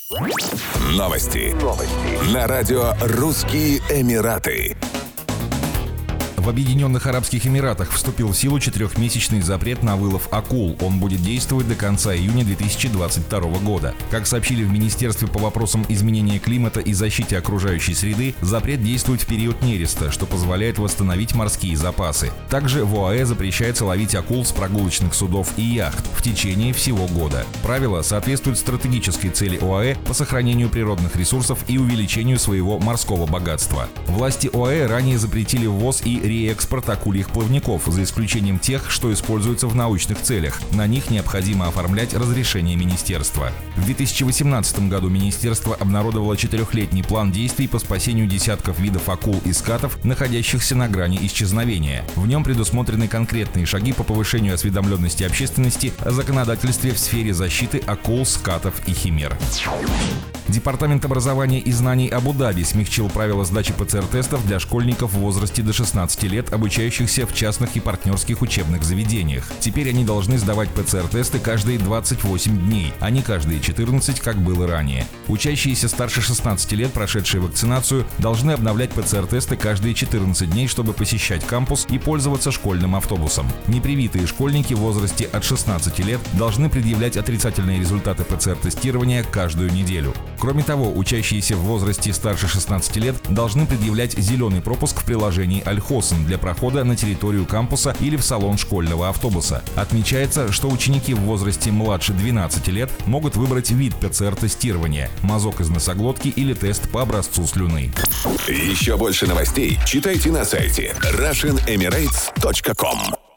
Новости. На радио «Русские Эмираты». В Объединенных Арабских Эмиратах вступил в силу 4-месячный запрет на вылов акул. Он будет действовать до конца июня 2022 года. Как сообщили в Министерстве по вопросам изменения климата и защите окружающей среды, запрет действует в период нереста, что позволяет восстановить морские запасы. Также в ОАЭ запрещается ловить акул с прогулочных судов и яхт в течение всего года. Правила соответствуют стратегической цели ОАЭ по сохранению природных ресурсов и увеличению своего морского богатства. Власти ОАЭ ранее запретили ввоз и реэкспорт акульих плавников, за исключением тех, что используются в научных целях. На них необходимо оформлять разрешение министерства. В 2018 году министерство обнародовало 4-летний план действий по спасению десятков видов акул и скатов, находящихся на грани исчезновения. В нем предусмотрены конкретные шаги по повышению осведомленности общественности о законодательстве в сфере защиты акул, скатов и химер. Департамент образования и знаний Абу-Даби смягчил правила сдачи ПЦР-тестов для школьников в возрасте до 16 лет, обучающихся в частных и партнерских учебных заведениях. Теперь они должны сдавать ПЦР-тесты каждые 28 дней, а не каждые 14, как было ранее. Учащиеся старше 16 лет, прошедшие вакцинацию, должны обновлять ПЦР-тесты каждые 14 дней, чтобы посещать кампус и пользоваться школьным автобусом. Непривитые школьники в возрасте от 16 лет должны предъявлять отрицательные результаты ПЦР-тестирования каждую неделю. Кроме того, учащиеся в возрасте старше 16 лет должны предъявлять зеленый пропуск в приложении Аль-Хосн для прохода на территорию кампуса или в салон школьного автобуса. Отмечается, что ученики в возрасте младше 12 лет могут выбрать вид ПЦР-тестирования – мазок из носоглотки или тест по образцу слюны. Еще больше новостей читайте на сайте RussianEmirates.com.